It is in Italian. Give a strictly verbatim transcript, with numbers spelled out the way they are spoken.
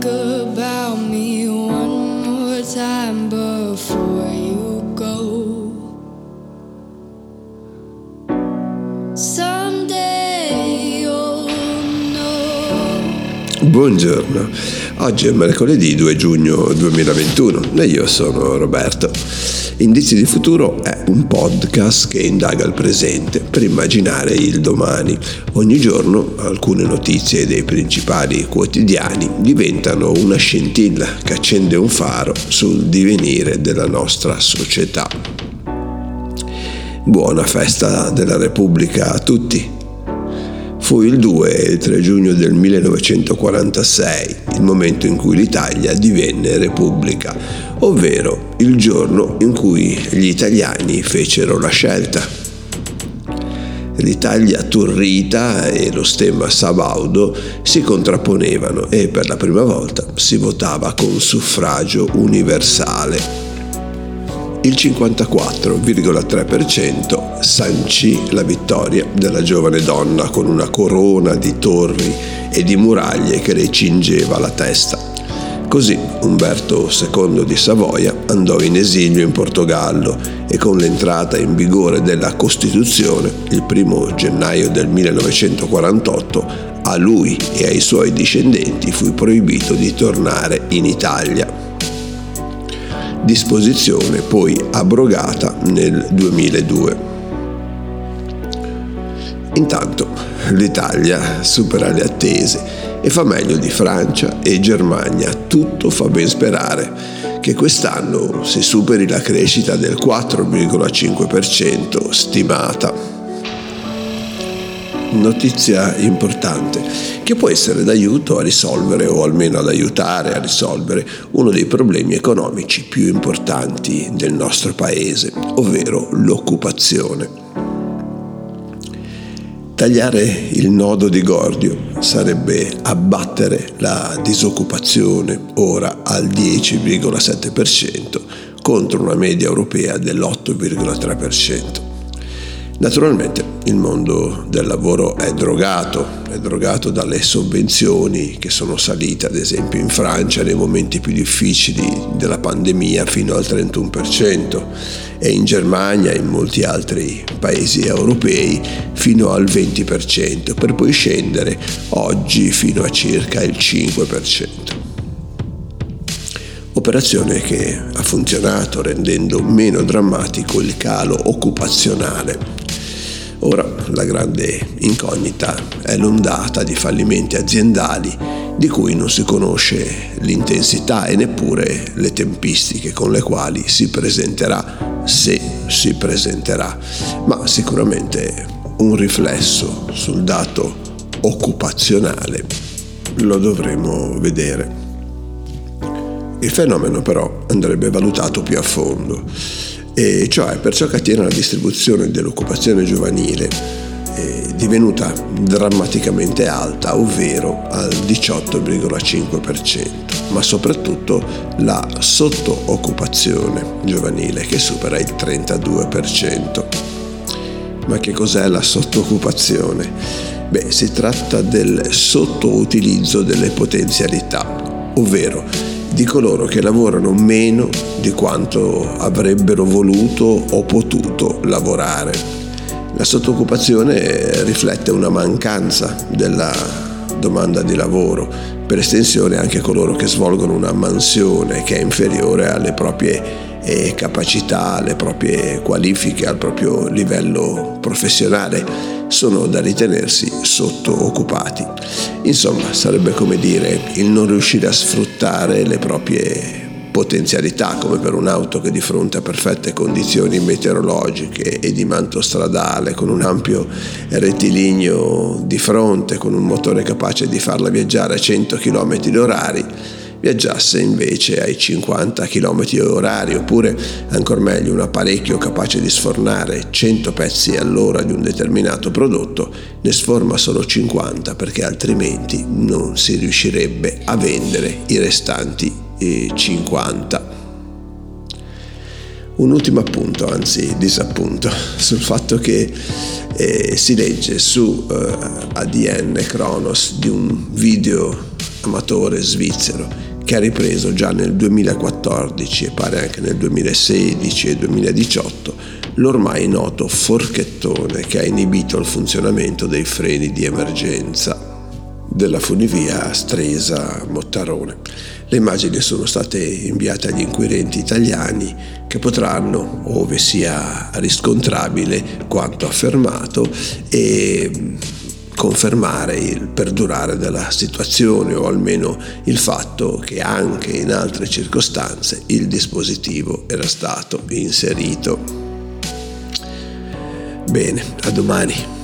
think about me one more time before you go. Someday you'll know. Buongiorno, oggi è mercoledì due giugno duemilaventuno e io sono Roberto. Indizi di futuro è un podcast che indaga il presente per immaginare il domani. Ogni giorno alcune notizie dei principali quotidiani diventano una scintilla che accende un faro sul divenire della nostra società. Buona festa della Repubblica a tutti! Fu il due e il tre giugno del millenovecentoquarantasei il momento in cui l'Italia divenne Repubblica, ovvero il giorno in cui gli italiani fecero la scelta. L'Italia turrita e lo stemma sabaudo si contrapponevano e per la prima volta si votava con suffragio universale. Il cinquantaquattro virgola tre per cento sancì la vittoria della giovane donna con una corona di torri e di muraglie che le cingeva la testa. Così Umberto secondo di Savoia andò in esilio in Portogallo e con l'entrata in vigore della Costituzione, il primo gennaio del millenovecentoquarantotto, a lui e ai suoi discendenti fu proibito di tornare in Italia. Disposizione poi abrogata nel duemiladue. Intanto l'Italia supera le attese e fa meglio di Francia e Germania. Tutto fa ben sperare che quest'anno si superi la crescita del quattro virgola cinque per cento stimata. Notizia importante che può essere d'aiuto a risolvere o almeno ad aiutare a risolvere uno dei problemi economici più importanti del nostro paese, ovvero l'occupazione. Tagliare il nodo di Gordio sarebbe abbattere la disoccupazione ora al dieci virgola sette per cento contro una media europea dell'otto virgola tre per cento. Naturalmente il mondo del lavoro è drogato, è drogato dalle sovvenzioni che sono salite ad esempio in Francia nei momenti più difficili della pandemia fino al trentuno per cento e in Germania e in molti altri paesi europei fino al venti per cento per poi scendere oggi fino a circa il cinque per cento. Operazione che ha funzionato rendendo meno drammatico il calo occupazionale. Ora la grande incognita è l'ondata di fallimenti aziendali di cui non si conosce l'intensità e neppure le tempistiche con le quali si presenterà, se si presenterà, ma sicuramente un riflesso sul dato occupazionale lo dovremo vedere. Il fenomeno però andrebbe valutato più a fondo, e cioè per ciò che attiene alla distribuzione dell'occupazione giovanile è divenuta drammaticamente alta, ovvero al diciotto virgola cinque per cento, ma soprattutto la sottooccupazione giovanile che supera il trentadue per cento. Ma che cos'è la sottooccupazione? Beh, si tratta del sottoutilizzo delle potenzialità, ovvero di coloro che lavorano meno di quanto avrebbero voluto o potuto lavorare. La sottooccupazione riflette una mancanza della domanda di lavoro, per estensione anche coloro che svolgono una mansione che è inferiore alle proprie eh, capacità, alle proprie qualifiche, al proprio livello professionale, sono da ritenersi sottooccupati. Insomma, sarebbe come dire il non riuscire a sfruttare le proprie potenzialità, come per un'auto che di fronte a perfette condizioni meteorologiche e di manto stradale, con un ampio rettilineo di fronte, con un motore capace di farla viaggiare a cento chilometri orari, viaggiasse invece ai cinquanta chilometri orari, oppure ancor meglio un apparecchio capace di sfornare cento pezzi all'ora di un determinato prodotto ne sforma solo cinquanta, perché altrimenti non si riuscirebbe a vendere i restanti eh, cinquanta. Un ultimo appunto, anzi disappunto, sul fatto che eh, si legge su eh, A D N Kronos di un video amatore svizzero, che ha ripreso già nel duemilaquattordici e pare anche nel duemilasedici e duemiladiciotto l'ormai noto forchettone che ha inibito il funzionamento dei freni di emergenza della funivia Stresa-Mottarone. Le immagini sono state inviate agli inquirenti italiani, che potranno, ove sia riscontrabile quanto affermato, e confermare il perdurare della situazione, o almeno il fatto che anche in altre circostanze il dispositivo era stato inserito. Bene, a domani.